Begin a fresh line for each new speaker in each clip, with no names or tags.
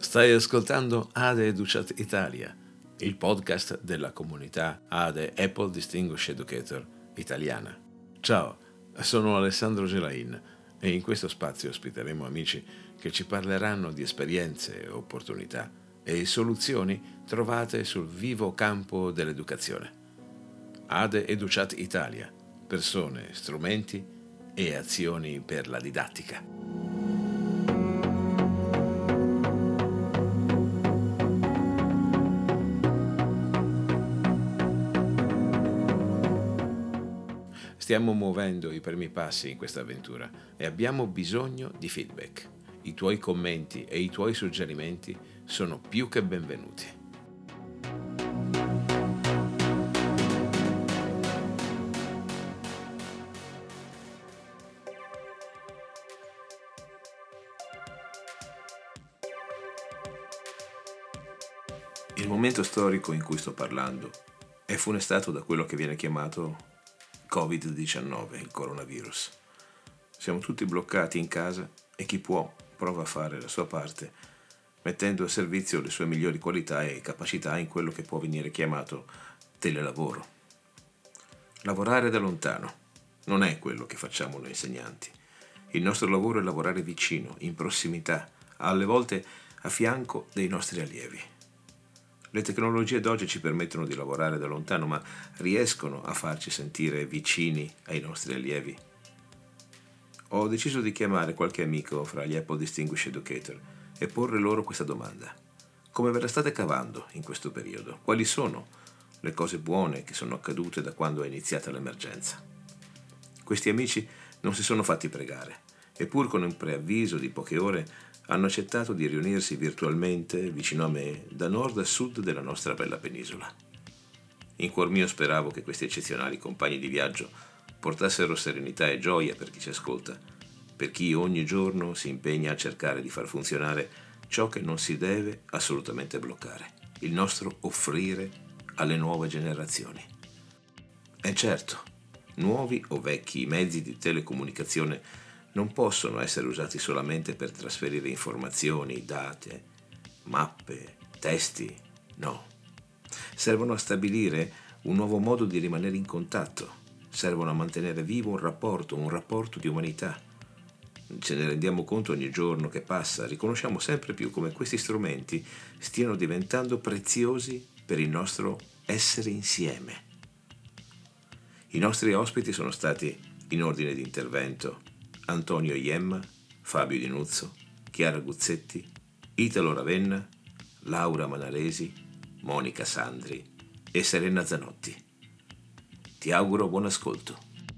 Stai ascoltando ADE Educat Italia, il podcast della comunità ADE Apple Distinguished Educator italiana. Ciao, sono Alessandro Gelain e in questo spazio ospiteremo amici che ci parleranno di esperienze, opportunità e soluzioni trovate sul vivo campo dell'educazione. ADE Educat Italia, persone, strumenti e azioni per la didattica. Stiamo muovendo i primi passi in questa avventura e abbiamo bisogno di feedback. I tuoi commenti e i tuoi suggerimenti sono più che benvenuti. Il momento storico in cui sto parlando è funestato da quello che viene chiamato Covid-19, il coronavirus. Siamo tutti bloccati in casa e chi può prova a fare la sua parte, mettendo a servizio le sue migliori qualità e capacità in quello che può venire chiamato telelavoro. Lavorare da lontano non è quello che facciamo noi insegnanti. Il nostro lavoro è lavorare vicino, in prossimità, alle volte a fianco dei nostri allievi. Le tecnologie d'oggi ci permettono di lavorare da lontano, ma riescono a farci sentire vicini ai nostri allievi. Ho deciso di chiamare qualche amico fra gli Apple Distinguished Educator e porre loro questa domanda. Come ve la state cavando in questo periodo? Quali sono le cose buone che sono accadute da quando è iniziata l'emergenza? Questi amici non si sono fatti pregare e pur con un preavviso di poche ore hanno accettato di riunirsi virtualmente vicino a me da nord a sud della nostra bella penisola. In cuor mio speravo che questi eccezionali compagni di viaggio portassero serenità e gioia per chi ci ascolta, per chi ogni giorno si impegna a cercare di far funzionare ciò che non si deve assolutamente bloccare, il nostro offrire alle nuove generazioni. E certo, nuovi o vecchi mezzi di telecomunicazione non possono essere usati solamente per trasferire informazioni, date, mappe, testi, no. Servono a stabilire un nuovo modo di rimanere in contatto, servono a mantenere vivo un rapporto di umanità. Ce ne rendiamo conto ogni giorno che passa, riconosciamo sempre più come questi strumenti stiano diventando preziosi per il nostro essere insieme. I nostri ospiti sono stati, in ordine di intervento, Antonio Iemma, Fabio Di Nuzzo, Chiara Guzzetti, Italo Ravenna, Laura Manaresi, Monica Sandri e Serena Zanotti. Ti auguro buon ascolto.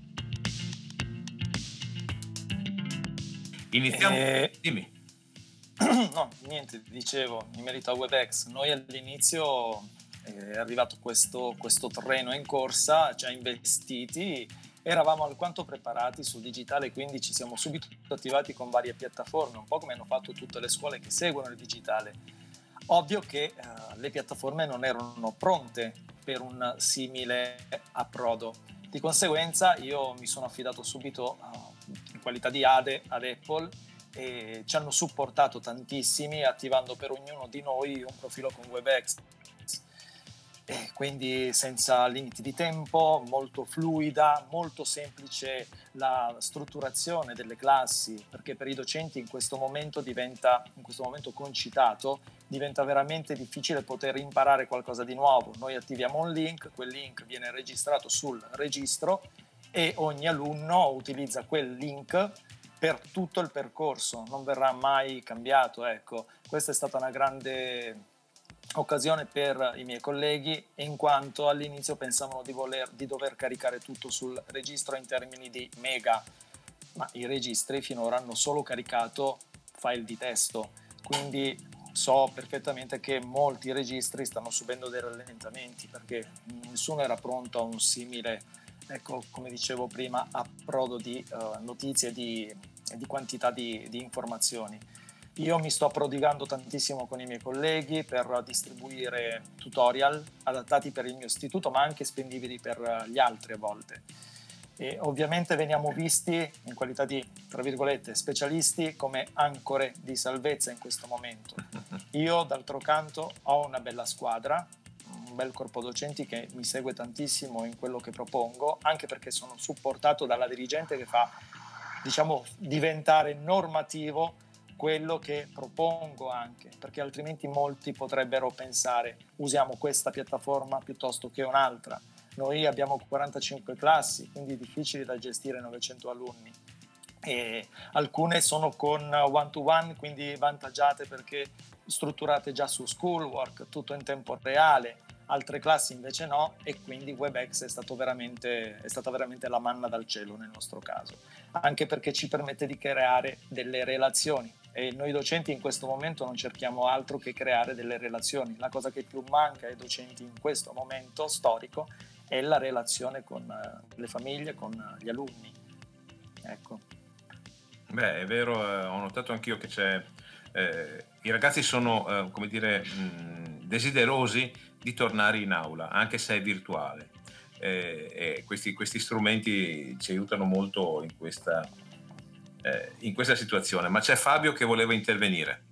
Iniziamo? Dimmi.
No, niente, dicevo, in merito a WebEx, noi all'inizio è arrivato questo treno in corsa, già investiti, eravamo alquanto preparati sul digitale, quindi ci siamo subito attivati con varie piattaforme, un po' come hanno fatto tutte le scuole che seguono il digitale. Ovvio che le piattaforme non erano pronte per un simile approdo. Di conseguenza io mi sono affidato subito in qualità di ADE ad Apple e ci hanno supportato tantissimi, attivando per ognuno di noi un profilo con WebEx. E quindi senza limiti di tempo, molto fluida, molto semplice la strutturazione delle classi, perché per i docenti in questo momento concitato, diventa veramente difficile poter imparare qualcosa di nuovo. Noi attiviamo un link, quel link viene registrato sul registro e ogni alunno utilizza quel link per tutto il percorso, non verrà mai cambiato. Ecco, questa è stata una grande occasione per i miei colleghi, in quanto all'inizio pensavano di dover caricare tutto sul registro in termini di mega, ma i registri finora hanno solo caricato file di testo, quindi so perfettamente che molti registri stanno subendo dei rallentamenti perché nessuno era pronto a un simile, ecco, come dicevo prima, approdo di notizie e di quantità di informazioni. Io mi sto prodigando tantissimo con i miei colleghi per distribuire tutorial adattati per il mio istituto, ma anche spendibili per gli altri a volte. E ovviamente veniamo visti in qualità di, tra virgolette, specialisti come ancore di salvezza in questo momento. Io, d'altro canto, ho una bella squadra, un bel corpo docenti che mi segue tantissimo in quello che propongo, anche perché sono supportato dalla dirigente che fa, diciamo, diventare normativo quello che propongo, anche perché altrimenti molti potrebbero pensare usiamo questa piattaforma piuttosto che un'altra. Noi abbiamo 45 classi, quindi difficili da gestire 900 alunni, e alcune sono con one-to-one, quindi vantaggiate perché strutturate già su Schoolwork, tutto in tempo reale, altre classi invece no, e quindi WebEx è stata veramente la manna dal cielo nel nostro caso, anche perché ci permette di creare delle relazioni, e noi docenti in questo momento non cerchiamo altro che creare delle relazioni. La cosa che più manca ai docenti in questo momento storico è la relazione con le famiglie, con gli alunni. Ecco.
Beh, è vero, ho notato anch'io che i ragazzi sono, come dire, desiderosi di tornare in aula, anche se è virtuale. E questi strumenti ci aiutano molto in questa situazione. Ma c'è Fabio che voleva intervenire.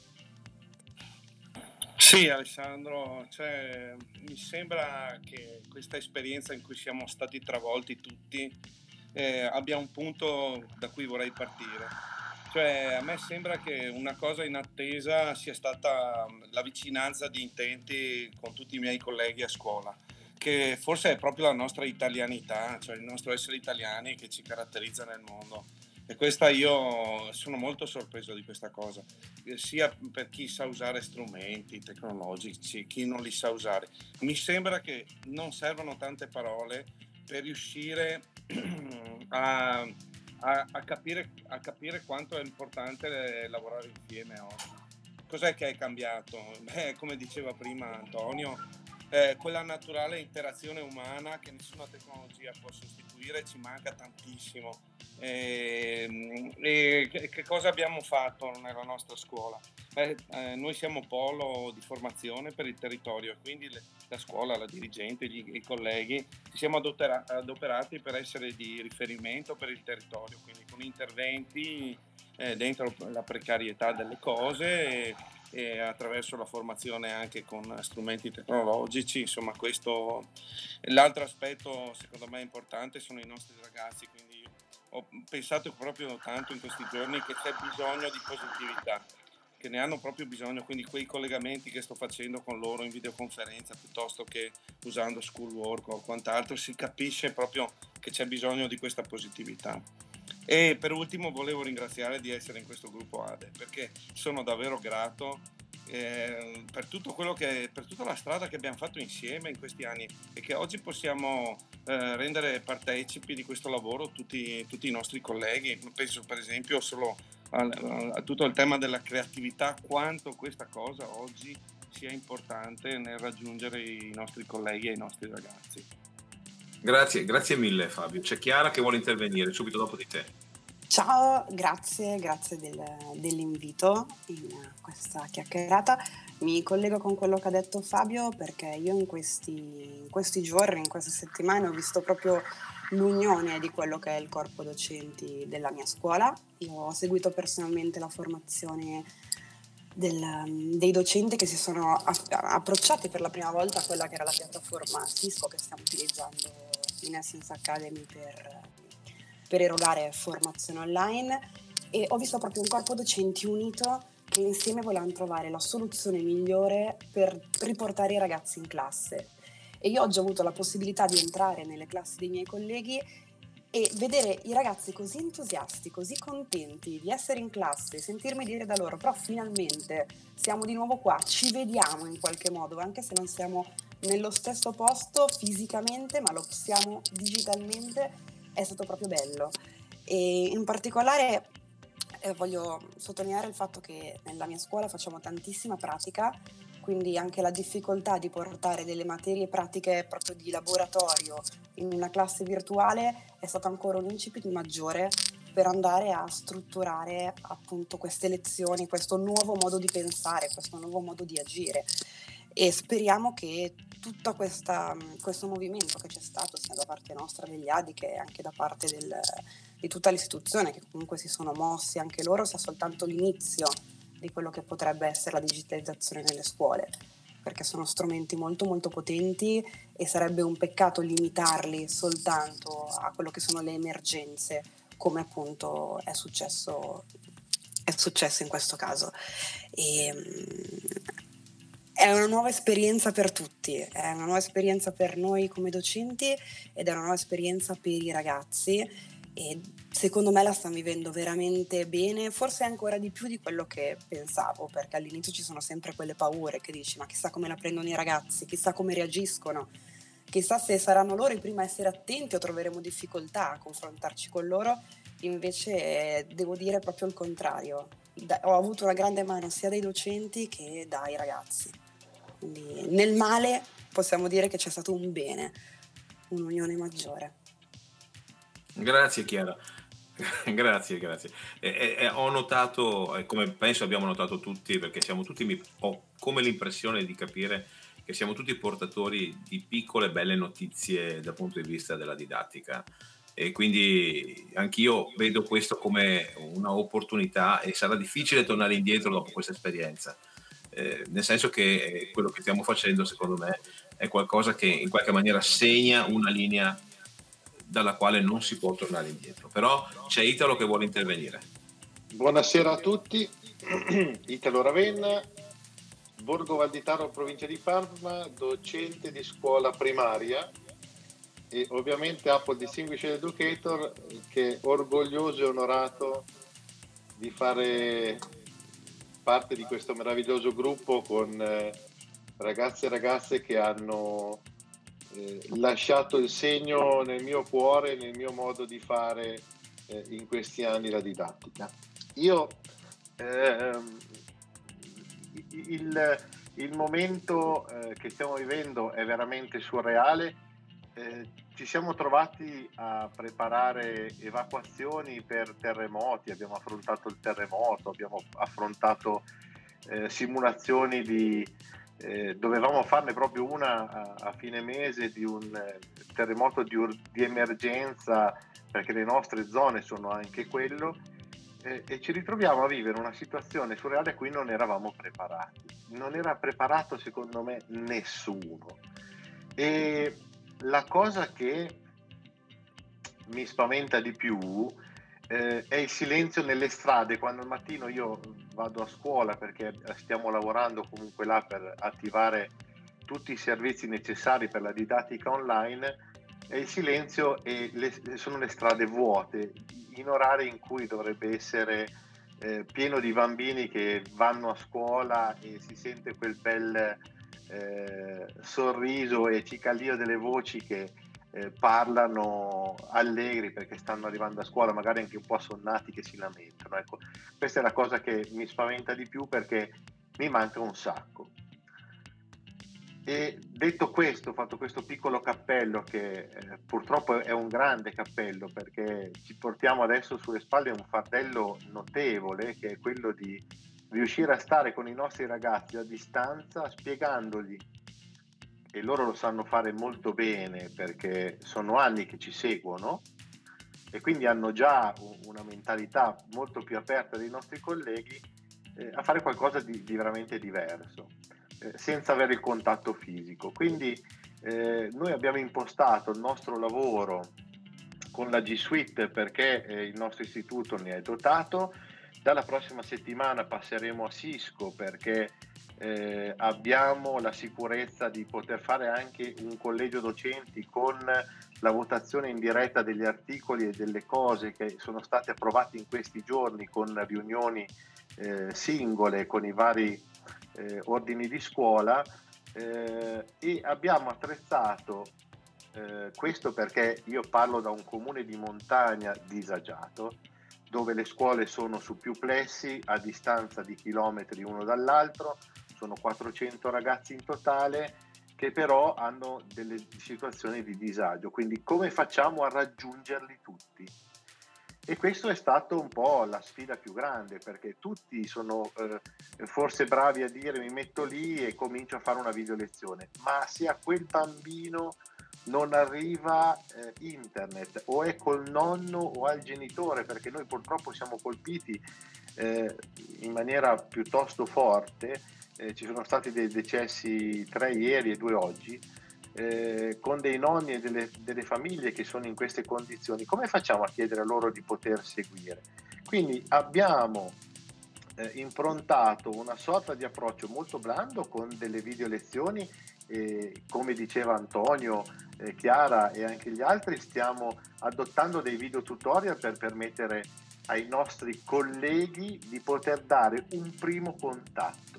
Sì, Alessandro, mi sembra che questa esperienza in cui siamo stati travolti tutti abbia un punto da cui vorrei partire. Cioè, a me sembra che una cosa inattesa sia stata la vicinanza di intenti con tutti i miei colleghi a scuola, che forse è proprio la nostra italianità, cioè il nostro essere italiani che ci caratterizza nel mondo. E io sono molto sorpreso di questa cosa, sia per chi sa usare strumenti tecnologici, chi non li sa usare. Mi sembra che non servano tante parole per riuscire a capire quanto è importante lavorare insieme oggi. Cos'è che è cambiato? Come diceva prima Antonio, quella naturale interazione umana che nessuna tecnologia può sostituire ci manca tantissimo. E che cosa abbiamo fatto nella nostra scuola? Noi siamo polo di formazione per il territorio, quindi la scuola, la dirigente, i colleghi ci siamo adoperati per essere di riferimento per il territorio, quindi con interventi dentro la precarietà delle cose e attraverso la formazione anche con strumenti tecnologici. Insomma, questo. L'altro aspetto secondo me importante sono i nostri ragazzi, quindi ho pensato proprio tanto in questi giorni che c'è bisogno di positività, che ne hanno proprio bisogno, quindi quei collegamenti che sto facendo con loro in videoconferenza piuttosto che usando Schoolwork o quant'altro, si capisce proprio che c'è bisogno di questa positività. E per ultimo volevo ringraziare di essere in questo gruppo ADE, perché sono davvero grato per tutto per tutta la strada che abbiamo fatto insieme in questi anni e che oggi possiamo rendere partecipi di questo lavoro tutti i nostri colleghi. Penso per esempio solo a tutto il tema della creatività, quanto questa cosa oggi sia importante nel raggiungere i nostri colleghi e i nostri ragazzi.
Grazie mille Fabio. C'è Chiara che vuole intervenire subito dopo di te.
Ciao, grazie dell'invito in questa chiacchierata. Mi collego con quello che ha detto Fabio perché io in questi giorni, in queste settimane ho visto proprio l'unione di quello che è il corpo docenti della mia scuola. Io ho seguito personalmente la formazione dei docenti che si sono approcciati per la prima volta a quella che era la piattaforma Cisco che stiamo utilizzando in Essence Academy per erogare formazione online, e ho visto proprio un corpo docenti unito che insieme volevano trovare la soluzione migliore per riportare i ragazzi in classe. E io oggi ho avuto la possibilità di entrare nelle classi dei miei colleghi e vedere i ragazzi così entusiasti, così contenti di essere in classe, sentirmi dire da loro però finalmente siamo di nuovo qua, ci vediamo in qualche modo, anche se non siamo nello stesso posto fisicamente, ma lo siamo digitalmente, è stato proprio bello. E in particolare voglio sottolineare il fatto che nella mia scuola facciamo tantissima pratica, quindi anche la difficoltà di portare delle materie pratiche proprio di laboratorio in una classe virtuale è stato ancora un incipit maggiore per andare a strutturare appunto queste lezioni, questo nuovo modo di pensare, questo nuovo modo di agire. e speriamo che tutto questo movimento che c'è stato, sia da parte nostra degli ADI che anche da parte di tutta l'istituzione, che comunque si sono mossi anche loro, sia soltanto l'inizio di quello che potrebbe essere la digitalizzazione nelle scuole, perché sono strumenti molto molto potenti e sarebbe un peccato limitarli soltanto a quello che sono le emergenze, come appunto è successo in questo caso. È una nuova esperienza per tutti, è una nuova esperienza per noi come docenti ed è una nuova esperienza per i ragazzi, e secondo me la stanno vivendo veramente bene, forse ancora di più di quello che pensavo, perché all'inizio ci sono sempre quelle paure che dici: ma chissà come la prendono i ragazzi, chissà come reagiscono, chissà se saranno loro i primi a essere attenti o troveremo difficoltà a confrontarci con loro. Invece devo dire proprio il contrario, ho avuto una grande mano sia dai docenti che dai ragazzi, quindi nel male possiamo dire che c'è stato un bene, un'unione maggiore.
Grazie Chiara, grazie. Ho notato, come penso abbiamo notato tutti, perché siamo tutti, ho come l'impressione di capire che siamo tutti portatori di piccole belle notizie dal punto di vista della didattica, e quindi anch'io vedo questo come una opportunità, e sarà difficile tornare indietro dopo questa esperienza, nel senso che quello che stiamo facendo secondo me è qualcosa che in qualche maniera segna una linea dalla quale non si può tornare indietro. Però c'è Italo che vuole intervenire.
Buonasera a tutti, Italo Ravenna, Borgo Valditaro, provincia di Parma, docente di scuola primaria e ovviamente Apple Distinguished Educator, che è orgoglioso e onorato di fare parte di questo meraviglioso gruppo con ragazzi e ragazze che hanno lasciato il segno nel mio cuore, nel mio modo di fare in questi anni la didattica. Io il momento che stiamo vivendo è veramente surreale. Ci siamo trovati a preparare evacuazioni per terremoti, abbiamo affrontato il terremoto, abbiamo affrontato simulazioni dovevamo farne proprio una a fine mese di un terremoto di emergenza, perché le nostre zone sono anche quello, e ci ritroviamo a vivere una situazione surreale a cui non eravamo preparati. Non era preparato secondo me nessuno. E la cosa che mi spaventa di più è il silenzio nelle strade. Quando al mattino io vado a scuola, perché stiamo lavorando comunque là per attivare tutti i servizi necessari per la didattica online, e il silenzio e sono le strade vuote in orari in cui dovrebbe essere pieno di bambini che vanno a scuola e si sente quel bel sorriso e cicalio delle voci che parlano allegri perché stanno arrivando a scuola, magari anche un po' assonnati, che si lamentano. Ecco, questa è la cosa che mi spaventa di più, perché mi manca un sacco. E detto questo, ho fatto questo piccolo cappello che purtroppo è un grande cappello, perché ci portiamo adesso sulle spalle un fardello notevole, che è quello di riuscire a stare con i nostri ragazzi a distanza, spiegandogli, e loro lo sanno fare molto bene perché sono anni che ci seguono e quindi hanno già una mentalità molto più aperta dei nostri colleghi, a fare qualcosa di veramente diverso, senza avere il contatto fisico. Quindi noi abbiamo impostato il nostro lavoro con la G Suite perché il nostro istituto ne è dotato. Dalla prossima settimana passeremo a Cisco perché abbiamo la sicurezza di poter fare anche un collegio docenti con la votazione in diretta degli articoli e delle cose che sono state approvate in questi giorni, con riunioni singole con i vari ordini di scuola, e abbiamo attrezzato questo perché io parlo da un comune di montagna disagiato, dove le scuole sono su più plessi a distanza di chilometri uno dall'altro. Sono 400 ragazzi in totale che però hanno delle situazioni di disagio. Quindi come facciamo a raggiungerli tutti? E questo è stato un po' la sfida più grande, perché tutti sono forse bravi a dire mi metto lì e comincio a fare una video lezione, ma se a quel bambino non arriva internet, o è col nonno o al genitore, perché noi purtroppo siamo colpiti in maniera piuttosto forte, ci sono stati dei decessi 3 ieri e 2 oggi, con dei nonni e delle famiglie che sono in queste condizioni. Come facciamo a chiedere loro di poter seguire? Quindi abbiamo improntato una sorta di approccio molto blando con delle video lezioni, come diceva Antonio, Chiara e anche gli altri, stiamo adottando dei video tutorial per permettere ai nostri colleghi di poter dare un primo contatto.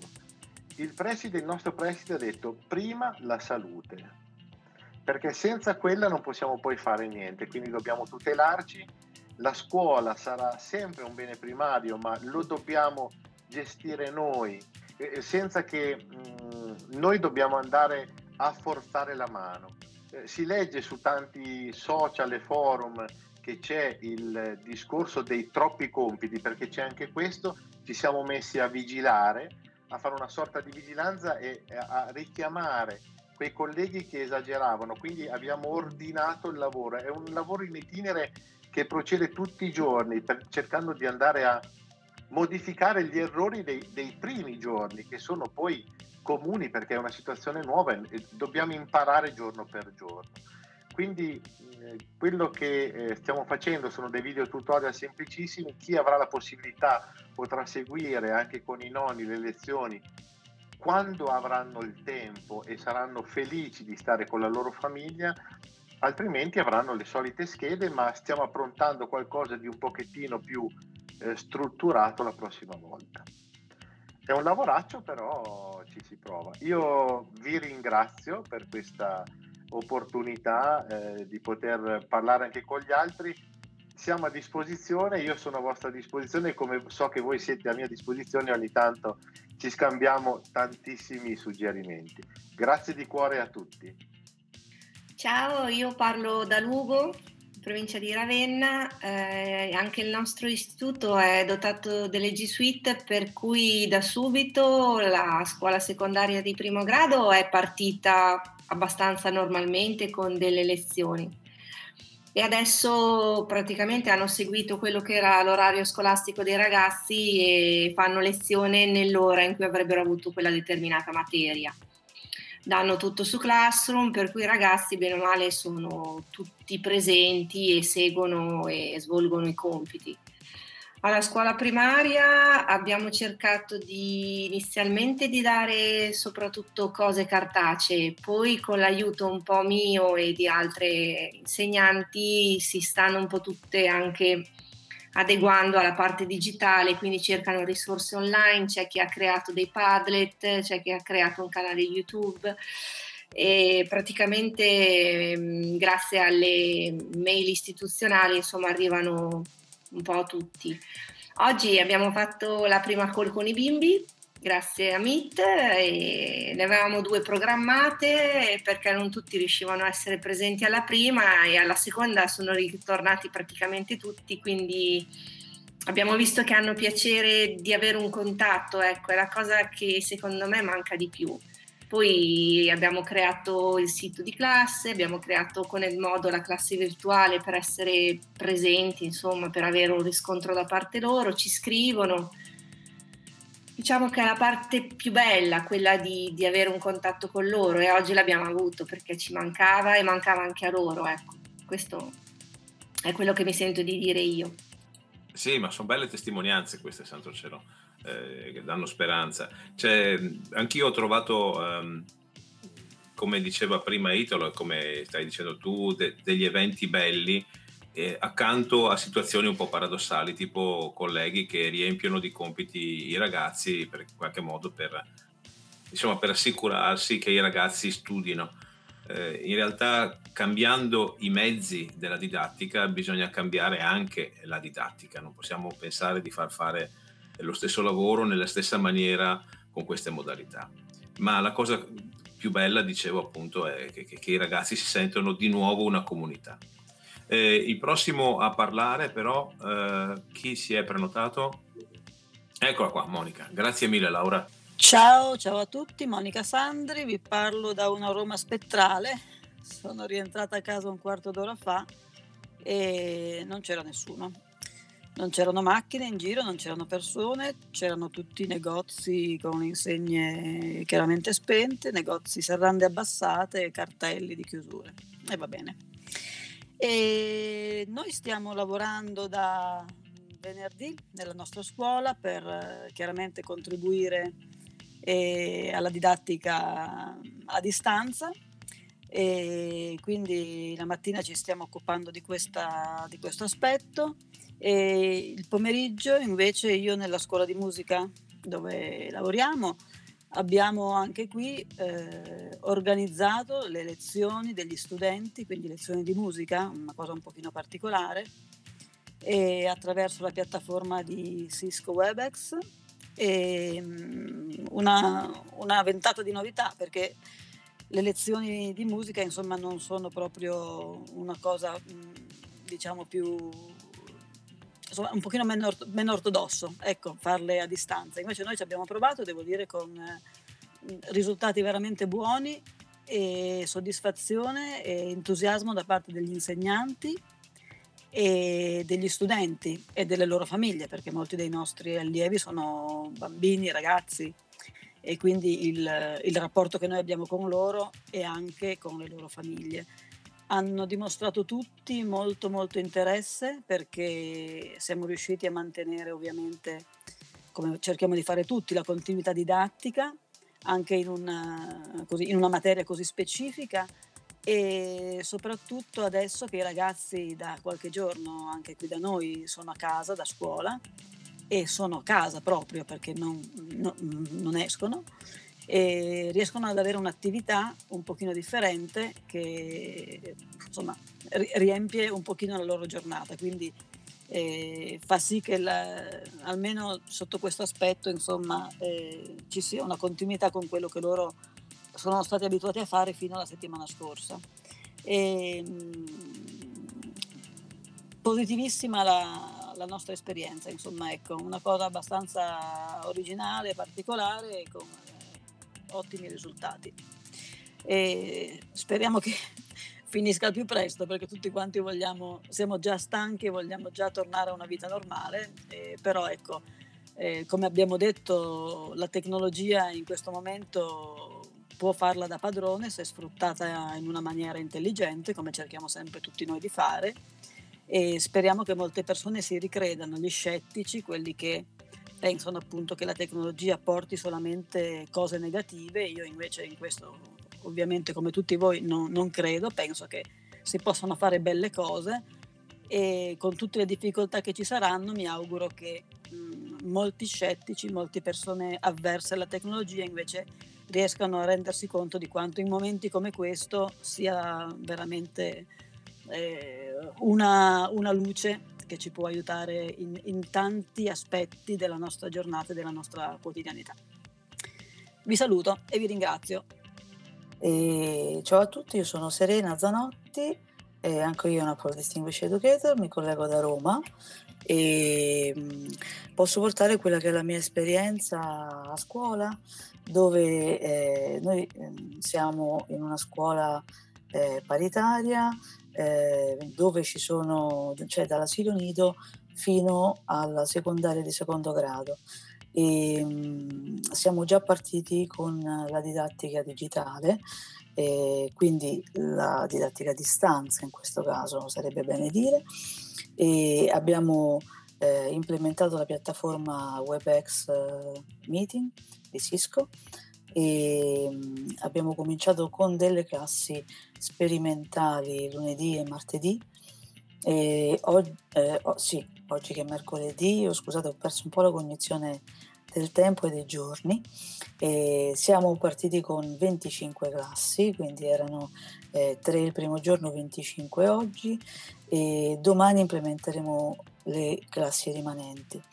Il nostro preside ha detto prima la salute, perché senza quella non possiamo poi fare niente, quindi dobbiamo tutelarci. La scuola sarà sempre un bene primario, ma lo dobbiamo gestire noi, senza che noi dobbiamo andare a forzare la mano. Si legge su tanti social e forum che c'è il discorso dei troppi compiti, perché c'è anche questo. Ci siamo messi a vigilare, a fare una sorta di vigilanza e a richiamare quei colleghi che esageravano, quindi abbiamo ordinato il lavoro. È un lavoro in itinere che procede tutti i giorni, cercando di andare a modificare gli errori dei primi giorni, che sono poi comuni perché è una situazione nuova e dobbiamo imparare giorno per giorno. Quindi quello che stiamo facendo sono dei video tutorial semplicissimi. Chi avrà la possibilità potrà seguire anche con i nonni le lezioni quando avranno il tempo e saranno felici di stare con la loro famiglia, altrimenti avranno le solite schede, ma stiamo approntando qualcosa di un pochettino più strutturato la prossima volta. È un lavoraccio, però ci si prova. Io vi ringrazio per questa opportunità di poter parlare anche con gli altri. Siamo a disposizione, io sono a vostra disposizione, come so che voi siete a mia disposizione, ogni tanto ci scambiamo tantissimi suggerimenti. Grazie di cuore a tutti.
Ciao, io parlo da Lugo, provincia di Ravenna. Anche il nostro istituto è dotato delle G Suite, per cui da subito la scuola secondaria di primo grado è partita abbastanza normalmente con delle lezioni. E adesso praticamente hanno seguito quello che era l'orario scolastico dei ragazzi e fanno lezione nell'ora in cui avrebbero avuto quella determinata materia. Danno tutto su Classroom, per cui i ragazzi bene o male sono tutti presenti e seguono e svolgono i compiti. Alla scuola primaria abbiamo cercato inizialmente di dare soprattutto cose cartacee, poi con l'aiuto un po' mio e di altre insegnanti si stanno un po' tutte anche adeguando alla parte digitale, quindi cercano risorse online, c'è chi ha creato dei Padlet, c'è chi ha creato un canale YouTube e praticamente grazie alle mail istituzionali insomma arrivano un po' a tutti. Oggi abbiamo fatto la prima call con i bimbi grazie a Meet e ne avevamo 2 programmate perché non tutti riuscivano a essere presenti alla prima e alla seconda sono ritornati praticamente tutti, quindi abbiamo visto che hanno piacere di avere un contatto, ecco, è la cosa che secondo me manca di più. Poi abbiamo creato il sito di classe, abbiamo creato con Edmodo la classe virtuale per essere presenti, insomma, per avere un riscontro da parte loro, ci scrivono. Diciamo che è la parte più bella, quella di avere un contatto con loro e oggi l'abbiamo avuto perché ci mancava e mancava anche a loro, ecco. Questo è quello che mi sento di dire io.
Sì, ma sono belle testimonianze queste, santo cielo. Che danno speranza. Anch'io ho trovato, come diceva prima Italo e come stai dicendo tu, degli eventi belli accanto a situazioni un po' paradossali, tipo colleghi che riempiono di compiti i ragazzi per in qualche modo per assicurarsi che i ragazzi studino. In realtà, cambiando i mezzi della didattica bisogna cambiare anche la didattica, non possiamo pensare di far fare lo stesso lavoro nella stessa maniera con queste modalità. Ma la cosa più bella, dicevo appunto, è che i ragazzi si sentono di nuovo una comunità. Il prossimo a parlare però, chi si è prenotato? Eccola qua, Monica. Grazie mille, Laura.
Ciao a tutti, Monica Sandri, vi parlo da una Roma spettrale. Sono rientrata a casa un quarto d'ora fa e non c'era nessuno. Non c'erano macchine in giro, non c'erano persone, c'erano tutti negozi con insegne chiaramente spente, negozi serrande abbassate e cartelli di chiusure. E va bene. E noi stiamo lavorando da venerdì nella nostra scuola per chiaramente contribuire alla didattica a distanza, e quindi la mattina ci stiamo occupando di questo aspetto, e il pomeriggio invece io nella scuola di musica dove lavoriamo abbiamo anche qui organizzato le lezioni degli studenti, quindi lezioni di musica, una cosa un pochino particolare, e attraverso la piattaforma di Cisco Webex, e una ventata di novità, perché le lezioni di musica insomma non sono proprio una cosa diciamo più, insomma, un pochino meno ortodosso, ecco, farle a distanza. Invece noi ci abbiamo provato, devo dire, con risultati veramente buoni e soddisfazione e entusiasmo da parte degli insegnanti e degli studenti e delle loro famiglie, perché molti dei nostri allievi sono bambini, ragazzi, e quindi il rapporto che noi abbiamo con loro e anche con le loro famiglie. Hanno dimostrato tutti molto interesse, perché siamo riusciti a mantenere, ovviamente, come cerchiamo di fare tutti, la continuità didattica anche in una materia così specifica, e soprattutto adesso che i ragazzi da qualche giorno anche qui da noi sono a casa da scuola, e sono a casa proprio perché non escono, e riescono ad avere un'attività un pochino differente che insomma riempie un pochino la loro giornata, quindi fa sì che almeno sotto questo aspetto insomma ci sia una continuità con quello che loro sono stati abituati a fare fino alla settimana scorsa. Positivissima la nostra esperienza, insomma, ecco, una cosa abbastanza originale, particolare, con ottimi risultati. E speriamo che finisca al più presto, perché tutti quanti siamo già stanchi e vogliamo già tornare a una vita normale, però ecco, come abbiamo detto, la tecnologia in questo momento può farla da padrone se sfruttata in una maniera intelligente, come cerchiamo sempre tutti noi di fare, e speriamo che molte persone si ricredano, gli scettici, quelli che pensano appunto che la tecnologia porti solamente cose negative. Io invece in questo, ovviamente come tutti voi, non credo, penso che si possano fare belle cose, e con tutte le difficoltà che ci saranno mi auguro che molti scettici, molte persone avverse alla tecnologia invece riescano a rendersi conto di quanto in momenti come questo sia veramente una luce che ci può aiutare in tanti aspetti della nostra giornata e della nostra quotidianità. Vi saluto e vi ringrazio.
Ciao a tutti, io sono Serena Zanotti e anche io una Polo Distinguished Educator, mi collego da Roma e posso portare quella che è la mia esperienza a scuola, dove noi siamo in una scuola paritaria, dove ci sono, cioè dall'asilo nido fino alla secondaria di secondo grado, e siamo già partiti con la didattica digitale, quindi la didattica a distanza in questo caso sarebbe bene dire, e abbiamo implementato la piattaforma WebEx Meeting di Cisco, e abbiamo cominciato con delle classi sperimentali lunedì e martedì, e oggi che è mercoledì, scusate, ho perso un po' la cognizione del tempo e dei giorni, e siamo partiti con 25 classi, quindi erano 3 il primo giorno, 25 oggi, e domani implementeremo le classi rimanenti.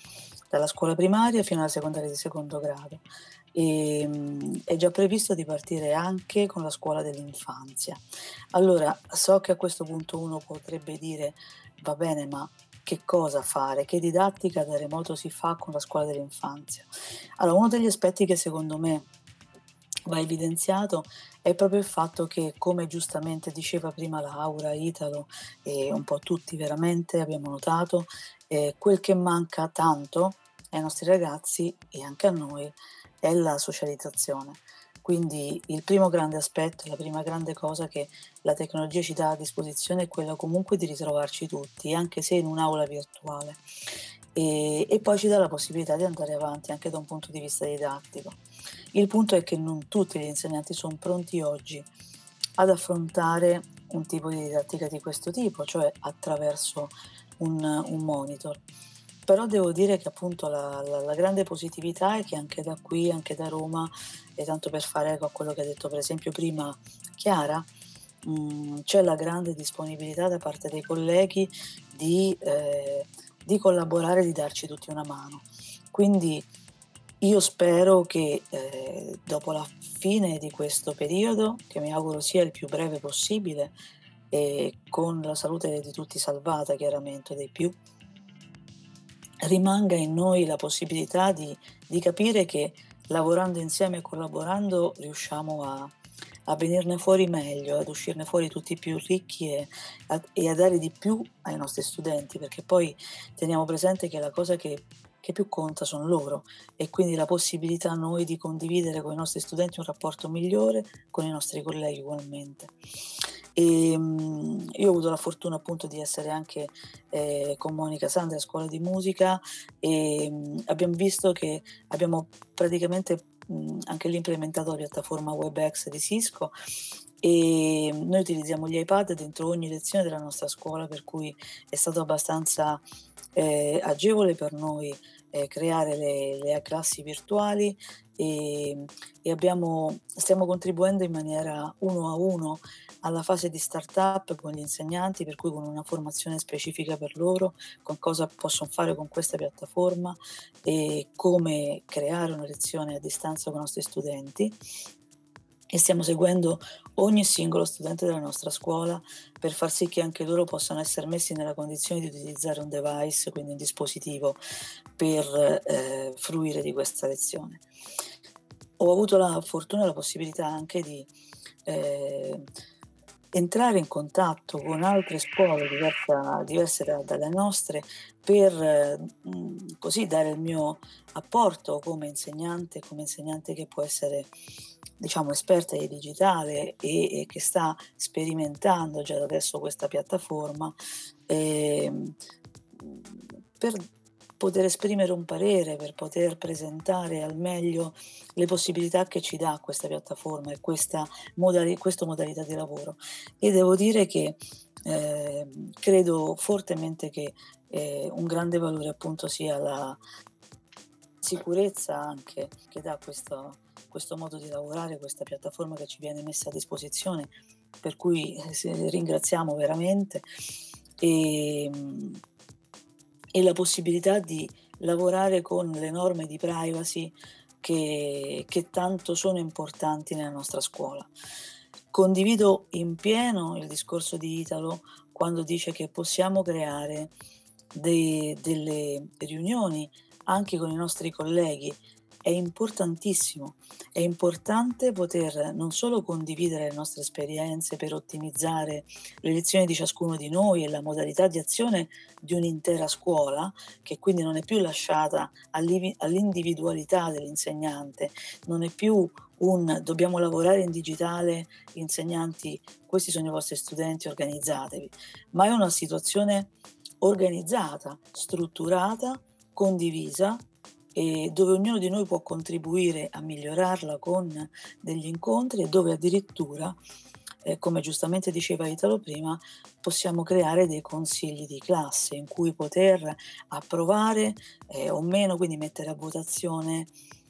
dalla scuola primaria fino alla secondaria di secondo grado. È già previsto di partire anche con la scuola dell'infanzia. Allora, so che a questo punto uno potrebbe dire: va bene, ma che cosa fare? Che didattica da remoto si fa con la scuola dell'infanzia? Allora, uno degli aspetti che secondo me va evidenziato è proprio il fatto che, come giustamente diceva prima Laura, Italo e un po' tutti veramente abbiamo notato, quel che manca tanto ai nostri ragazzi e anche a noi è la socializzazione. Quindi il primo grande aspetto, la prima grande cosa che la tecnologia ci dà a disposizione è quella comunque di ritrovarci tutti, anche se in un'aula virtuale. E poi ci dà la possibilità di andare avanti anche da un punto di vista didattico. Il punto è che non tutti gli insegnanti sono pronti oggi ad affrontare un tipo di didattica di questo tipo, cioè attraverso un monitor. Però devo dire che appunto la grande positività è che anche da qui, anche da Roma, e tanto per fare eco a quello che ha detto per esempio prima Chiara, c'è la grande disponibilità da parte dei colleghi di collaborare, di darci tutti una mano. Quindi io spero che dopo la fine di questo periodo, che mi auguro sia il più breve possibile, e con la salute di tutti salvata chiaramente dei più, rimanga in noi la possibilità di capire che lavorando insieme e collaborando riusciamo a venirne fuori meglio, ad uscirne fuori tutti più ricchi e a dare di più ai nostri studenti, perché poi teniamo presente che la cosa che più conta sono loro, e quindi la possibilità noi di condividere con i nostri studenti un rapporto migliore, con i nostri colleghi ugualmente. Io ho avuto la fortuna appunto di essere anche con Monica Sandri a scuola di musica, e abbiamo visto che abbiamo praticamente anche lì implementato la piattaforma WebEx di Cisco, e noi utilizziamo gli iPad dentro ogni lezione della nostra scuola, per cui è stato abbastanza agevole per noi creare le classi virtuali, e stiamo contribuendo in maniera 1 a 1 alla fase di startup con gli insegnanti, per cui con una formazione specifica per loro, con cosa possono fare con questa piattaforma e come creare una lezione a distanza con i nostri studenti. E stiamo seguendo ogni singolo studente della nostra scuola per far sì che anche loro possano essere messi nella condizione di utilizzare un device, quindi un dispositivo, per fruire di questa lezione. Ho avuto la fortuna e la possibilità anche di entrare in contatto con altre scuole diverse dalle nostre, per così dare il mio apporto come insegnante che può essere, diciamo, esperta di digitale e che sta sperimentando già da adesso questa piattaforma, per poter esprimere un parere, per poter presentare al meglio le possibilità che ci dà questa piattaforma e questa modalità di lavoro. E devo dire che credo fortemente che un grande valore appunto sia la sicurezza anche che dà questo modo di lavorare, questa piattaforma che ci viene messa a disposizione, per cui ringraziamo veramente, e la possibilità di lavorare con le norme di privacy che tanto sono importanti nella nostra scuola. Condivido in pieno il discorso di Italo quando dice che possiamo creare delle riunioni anche con i nostri colleghi. È importantissimo, è importante poter non solo condividere le nostre esperienze per ottimizzare le lezioni di ciascuno di noi e la modalità di azione di un'intera scuola, che quindi non è più lasciata all'individualità dell'insegnante, non è più dobbiamo lavorare in digitale, insegnanti, questi sono i vostri studenti, organizzatevi, ma è una situazione organizzata, strutturata, condivisa, e dove ognuno di noi può contribuire a migliorarla con degli incontri, e dove addirittura, come giustamente diceva Italo prima, possiamo creare dei consigli di classe in cui poter approvare o meno, quindi mettere a votazione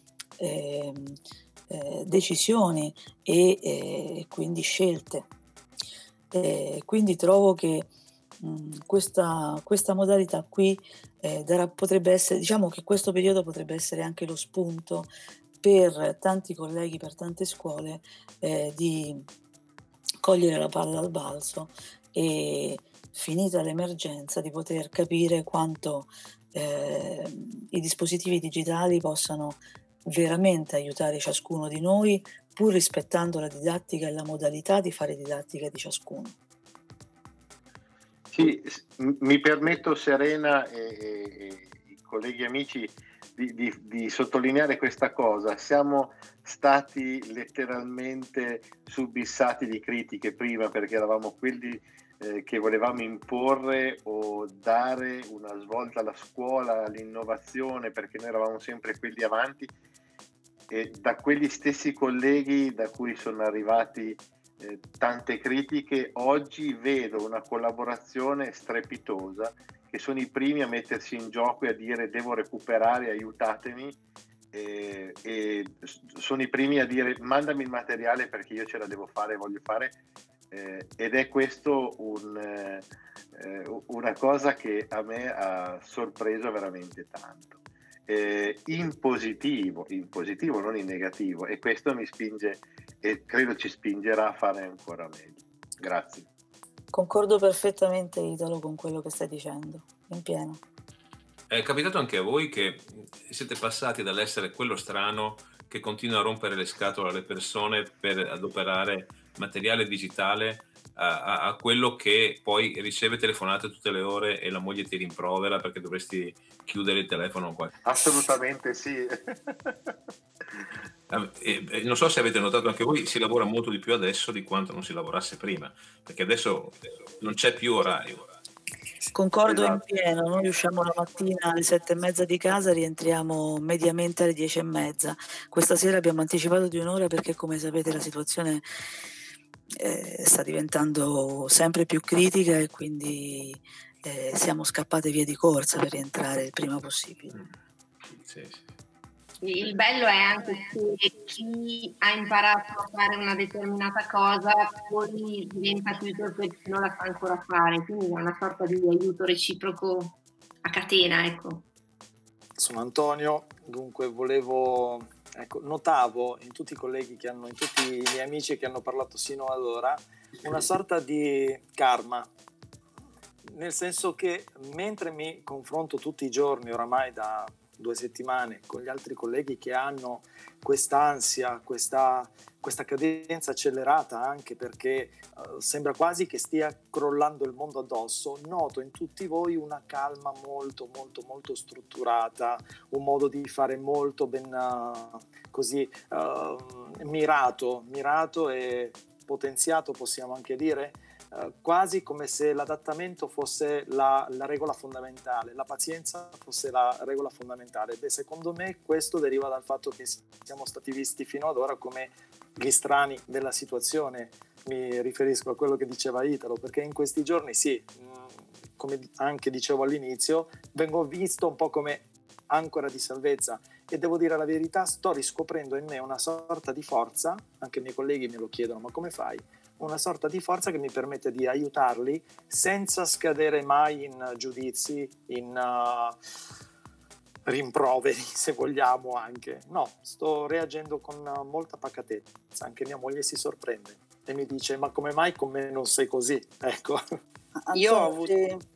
decisioni e quindi scelte. Quindi trovo che questa modalità qui potrebbe essere, diciamo che questo periodo potrebbe essere anche lo spunto per tanti colleghi, per tante scuole, di cogliere la palla al balzo e, finita l'emergenza, di poter capire quanto i dispositivi digitali possano veramente aiutare ciascuno di noi, pur rispettando la didattica e la modalità di fare didattica di ciascuno.
Sì, mi permetto, Serena e i colleghi amici, di sottolineare questa cosa. Siamo stati letteralmente subissati di critiche prima, perché eravamo quelli che volevamo imporre o dare una svolta alla scuola, all'innovazione, perché noi eravamo sempre quelli avanti, e da quegli stessi colleghi da cui sono arrivati tante critiche, oggi vedo una collaborazione strepitosa, che sono i primi a mettersi in gioco e a dire devo recuperare, aiutatemi, e sono i primi a dire mandami il materiale perché io ce la devo fare, voglio fare, ed è questo una cosa che a me ha sorpreso veramente tanto. In positivo, non in negativo, e questo mi spinge e credo ci spingerà a fare ancora meglio. Grazie.
Concordo perfettamente, Italo, con quello che stai dicendo, in pieno.
È capitato anche a voi che siete passati dall'essere quello strano che continua a rompere le scatole alle persone per adoperare materiale digitale a quello che poi riceve telefonate tutte le ore e la moglie ti rimprovera perché dovresti chiudere il telefono qua?
Assolutamente sì.
Non so se avete notato anche voi, si lavora molto di più adesso di quanto non si lavorasse prima, perché adesso non c'è più orario.
Concordo in
Esatto.
pieno, noi usciamo la mattina alle 7:30 di casa, rientriamo mediamente alle 10:30. Questa sera abbiamo anticipato di un'ora perché, come sapete, la situazione sta diventando sempre più critica e quindi siamo scappate via di corsa per rientrare il prima possibile.
Sì.
Il bello è anche che chi ha imparato a fare una determinata cosa poi diventa più torpe chi non la sa ancora fare, quindi è una sorta di aiuto reciproco a catena, ecco.
Sono Antonio, dunque notavo in tutti i colleghi in tutti i miei amici che hanno parlato sino ad ora, una sorta di karma, nel senso che mentre mi confronto tutti i giorni, oramai da 2 settimane, con gli altri colleghi che hanno quest'ansia, questa cadenza accelerata, anche perché sembra quasi che stia crollando il mondo addosso, noto in tutti voi una calma molto molto molto strutturata, un modo di fare molto ben mirato e potenziato, possiamo anche dire, quasi come se l'adattamento fosse la regola fondamentale, la pazienza fosse la regola fondamentale. Beh, secondo me questo deriva dal fatto che siamo stati visti fino ad ora come gli strani della situazione. Mi riferisco a quello che diceva Italo, perché in questi giorni sì, come anche dicevo all'inizio, vengo visto un po' come ancora di salvezza, e devo dire la verità, sto riscoprendo in me una sorta di forza, anche i miei colleghi me lo chiedono, ma come fai? Una sorta di forza che mi permette di aiutarli senza scadere mai in giudizi, in rimproveri, se vogliamo anche. No, sto reagendo con molta pacatezza, anche mia moglie si sorprende e mi dice ma come mai con me non sei così? Ecco.
Io ho avuto...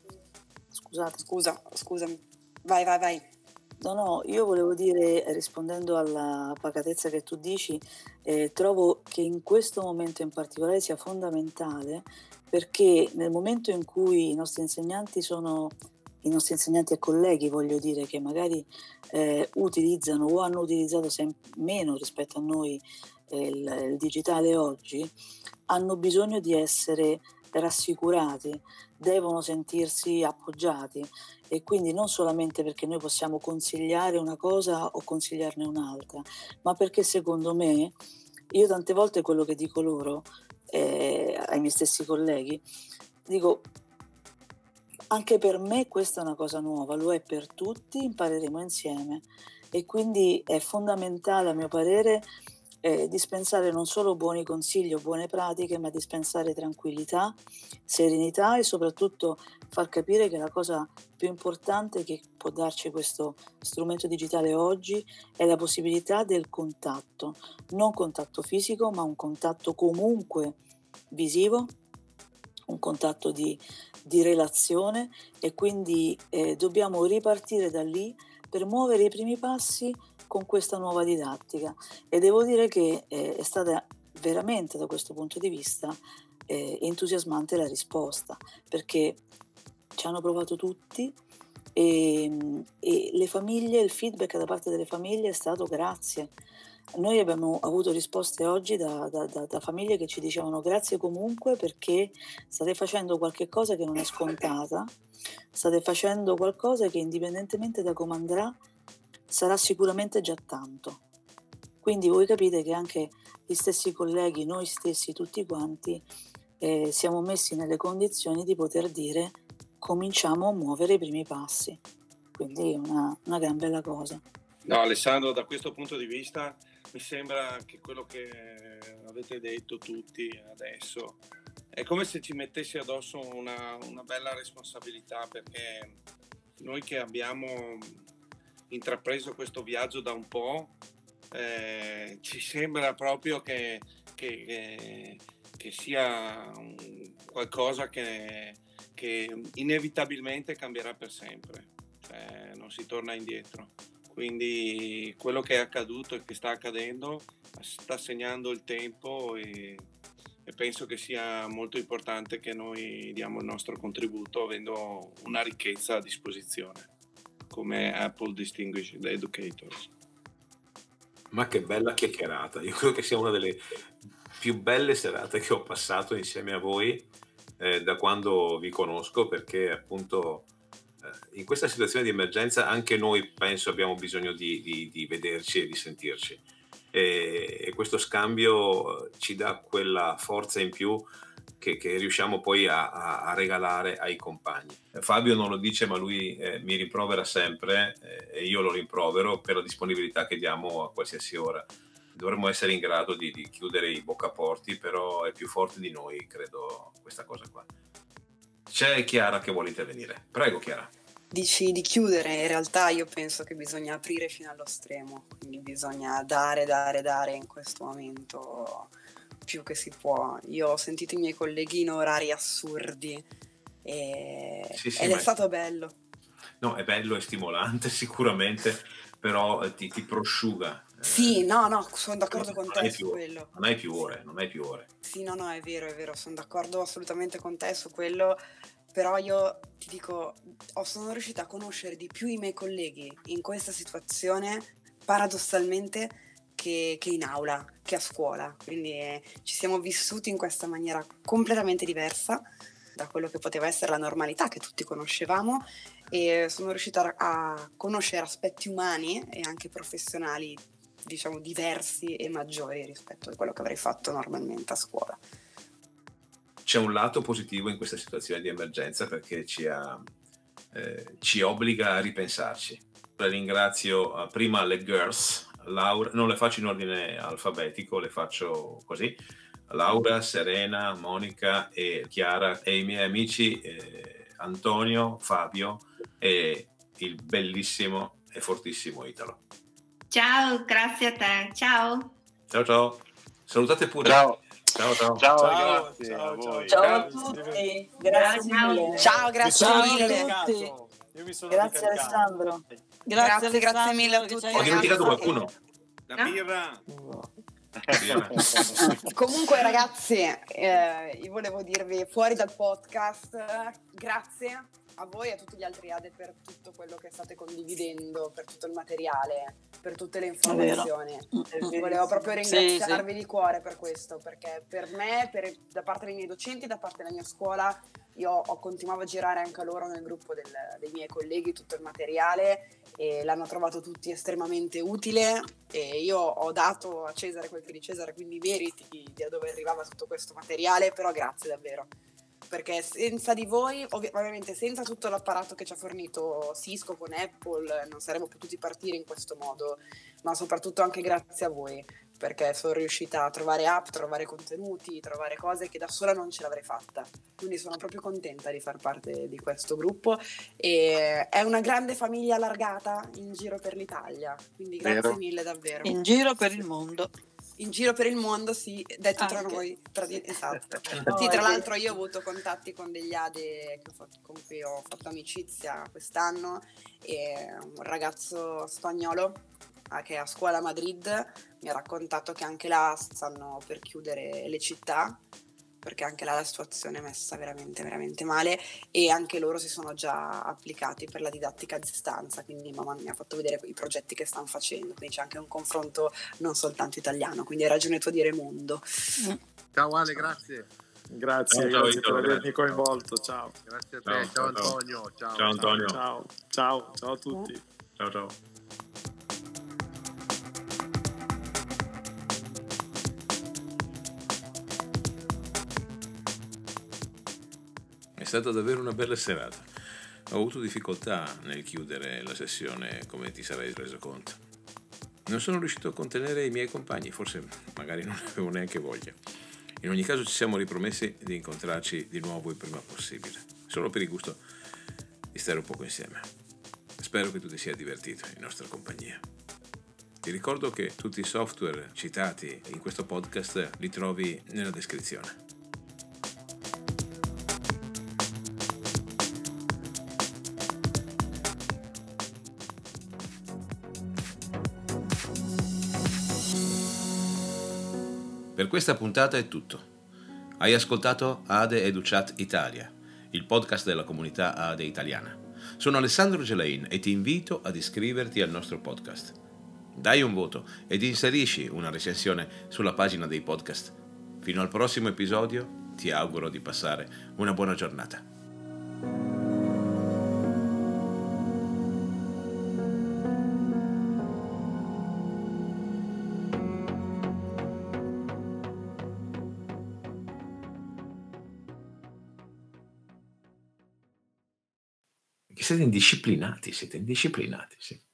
Scusami.
Vai.
No, io volevo dire, rispondendo alla pacatezza che tu dici, trovo che in questo momento in particolare sia fondamentale, perché nel momento in cui i nostri insegnanti e colleghi, voglio dire, che magari utilizzano o hanno utilizzato meno rispetto a noi il digitale oggi, hanno bisogno di essere rassicurati, devono sentirsi appoggiati, e quindi non solamente perché noi possiamo consigliare una cosa o consigliarne un'altra, ma perché secondo me, io tante volte quello che dico loro, ai miei stessi colleghi, dico anche per me questa è una cosa nuova, lo è per tutti, impareremo insieme, e quindi è fondamentale a mio parere dispensare non solo buoni consigli o buone pratiche, ma dispensare tranquillità, serenità e soprattutto far capire che la cosa più importante che può darci questo strumento digitale oggi è la possibilità del contatto, non contatto fisico, ma un contatto comunque visivo, un contatto di relazione, e quindi dobbiamo ripartire da lì per muovere i primi passi con questa nuova didattica, e devo dire che è stata veramente, da questo punto di vista, entusiasmante la risposta, perché ci hanno provato tutti e le famiglie, il feedback da parte delle famiglie è stato grazie. Noi abbiamo avuto risposte oggi da famiglie che ci dicevano grazie comunque, perché state facendo qualche cosa che non è scontata, state facendo qualcosa che indipendentemente da come andrà sarà sicuramente già tanto. Quindi voi capite che anche gli stessi colleghi, noi stessi, tutti quanti, siamo messi nelle condizioni di poter dire cominciamo a muovere i primi passi. Quindi una gran bella cosa.
No, Alessandro, da questo punto di vista mi sembra che quello che avete detto tutti adesso è come se ci mettessi addosso una bella responsabilità, perché noi che abbiamo intrapreso questo viaggio da un po', ci sembra proprio che sia qualcosa che inevitabilmente cambierà per sempre, cioè non si torna indietro. Quindi quello che è accaduto e che sta accadendo sta segnando il tempo, e penso che sia molto importante che noi diamo il nostro contributo avendo una ricchezza a disposizione come Apple Distinguished Educators.
Ma che bella chiacchierata, io credo che sia una delle più belle serate che ho passato insieme a voi da quando vi conosco, perché appunto in questa situazione di emergenza anche noi penso abbiamo bisogno di vederci e di sentirci, e questo scambio ci dà quella forza in più che riusciamo poi a regalare ai compagni. Fabio non lo dice, ma lui mi rimprovera sempre e io lo rimprovero per la disponibilità che diamo a qualsiasi ora. Dovremmo essere in grado di chiudere i boccaporti, però è più forte di noi, credo, questa cosa qua. C'è Chiara che vuole intervenire. Prego, Chiara.
Dici di chiudere, in realtà io penso che bisogna aprire fino allo stremo, quindi bisogna dare in questo momento più che si può. Io ho sentito i miei colleghi in orari assurdi ed è stato bello.
No, è bello, è stimolante sicuramente, però ti prosciuga.
Sì, no, sono d'accordo con te su quello.
Non hai più ore.
Sì, no, è vero, sono d'accordo assolutamente con te su quello, però io ti dico, sono riuscita a conoscere di più i miei colleghi in questa situazione, paradossalmente, che in aula, che a scuola, quindi ci siamo vissuti in questa maniera completamente diversa da quello che poteva essere la normalità che tutti conoscevamo, e sono riuscita a conoscere aspetti umani e anche professionali, diciamo, diversi e maggiori rispetto a quello che avrei fatto normalmente a scuola.
C'è un lato positivo in questa situazione di emergenza, perché ci obbliga a ripensarci. Ringrazio prima le girls, Laura, non le faccio in ordine alfabetico, le faccio così: Laura, Serena, Monica e Chiara, e i miei amici Antonio, Fabio e il bellissimo e fortissimo Italo.
Ciao, grazie a te. Ciao.
Ciao. Salutate pure.
Ciao.
Grazie
a voi.
Ciao a tutti, grazie mille.
Ciao, grazie mille.
Io mi sono
Grazie Alessandro.
Grazie mille a tutti.
Ho dimenticato qualcuno?
La birra.
Comunque ragazzi, io volevo dirvi fuori dal podcast, grazie a voi e a tutti gli altri ADE per tutto quello che state condividendo, per tutto il materiale, per tutte le informazioni. Volevo proprio ringraziarvi di cuore per questo, perché per me, da parte dei miei docenti, da parte della mia scuola, io ho continuato a girare anche a loro nel gruppo dei miei colleghi tutto il materiale, e l'hanno trovato tutti estremamente utile, e io ho dato a Cesare quel che è di Cesare, quindi meriti di dove arrivava tutto questo materiale, però grazie davvero, perché senza di voi, ovviamente senza tutto l'apparato che ci ha fornito Cisco con Apple, non saremmo potuti partire in questo modo, ma soprattutto anche grazie a voi, perché sono riuscita a trovare app, trovare contenuti, trovare cose che da sola non ce l'avrei fatta. Quindi sono proprio contenta di far parte di questo gruppo e è una grande famiglia allargata in giro per l'Italia, quindi grazie
Vero.
mille davvero.
In giro per il mondo.
In giro per il mondo, sì, detto tra
Anche.
noi, esatto.
Oh,
Sì, tra
è
l'altro io ho avuto contatti con degli ADE con cui ho fatto amicizia quest'anno, e un ragazzo spagnolo che è a scuola a Madrid mi ha raccontato che anche là stanno per chiudere le città, perché anche là la situazione è messa veramente, veramente male, e anche loro si sono già applicati per la didattica a distanza, quindi mamma mi ha fatto vedere i progetti che stanno facendo, quindi c'è anche un confronto non soltanto italiano, quindi hai ragione tu a dire mondo.
Ciao Ale, grazie.
Grazie,
Ciao,
grazie
Italo,
per avermi
grazie.
coinvolto. Ciao.
Grazie a te. Ciao Antonio.
Ciao Antonio.
Ciao a tutti.
Ciao.
È stata davvero una bella serata. Ho avuto difficoltà nel chiudere la sessione, come ti sarai reso conto. Non sono riuscito a contenere i miei compagni, forse magari non avevo neanche voglia. In ogni caso ci siamo ripromessi di incontrarci di nuovo il prima possibile, solo per il gusto di stare un poco insieme. Spero che tu ti sia divertito in nostra compagnia. Ti ricordo che tutti i software citati in questo podcast li trovi nella descrizione. Per questa puntata è tutto. Hai ascoltato ADE EduChat Italia, il podcast della comunità ADE italiana. Sono Alessandro Gelain e ti invito ad iscriverti al nostro podcast. Dai un voto ed inserisci una recensione sulla pagina dei podcast. Fino al prossimo episodio, ti auguro di passare una buona giornata. Siete indisciplinati, sì.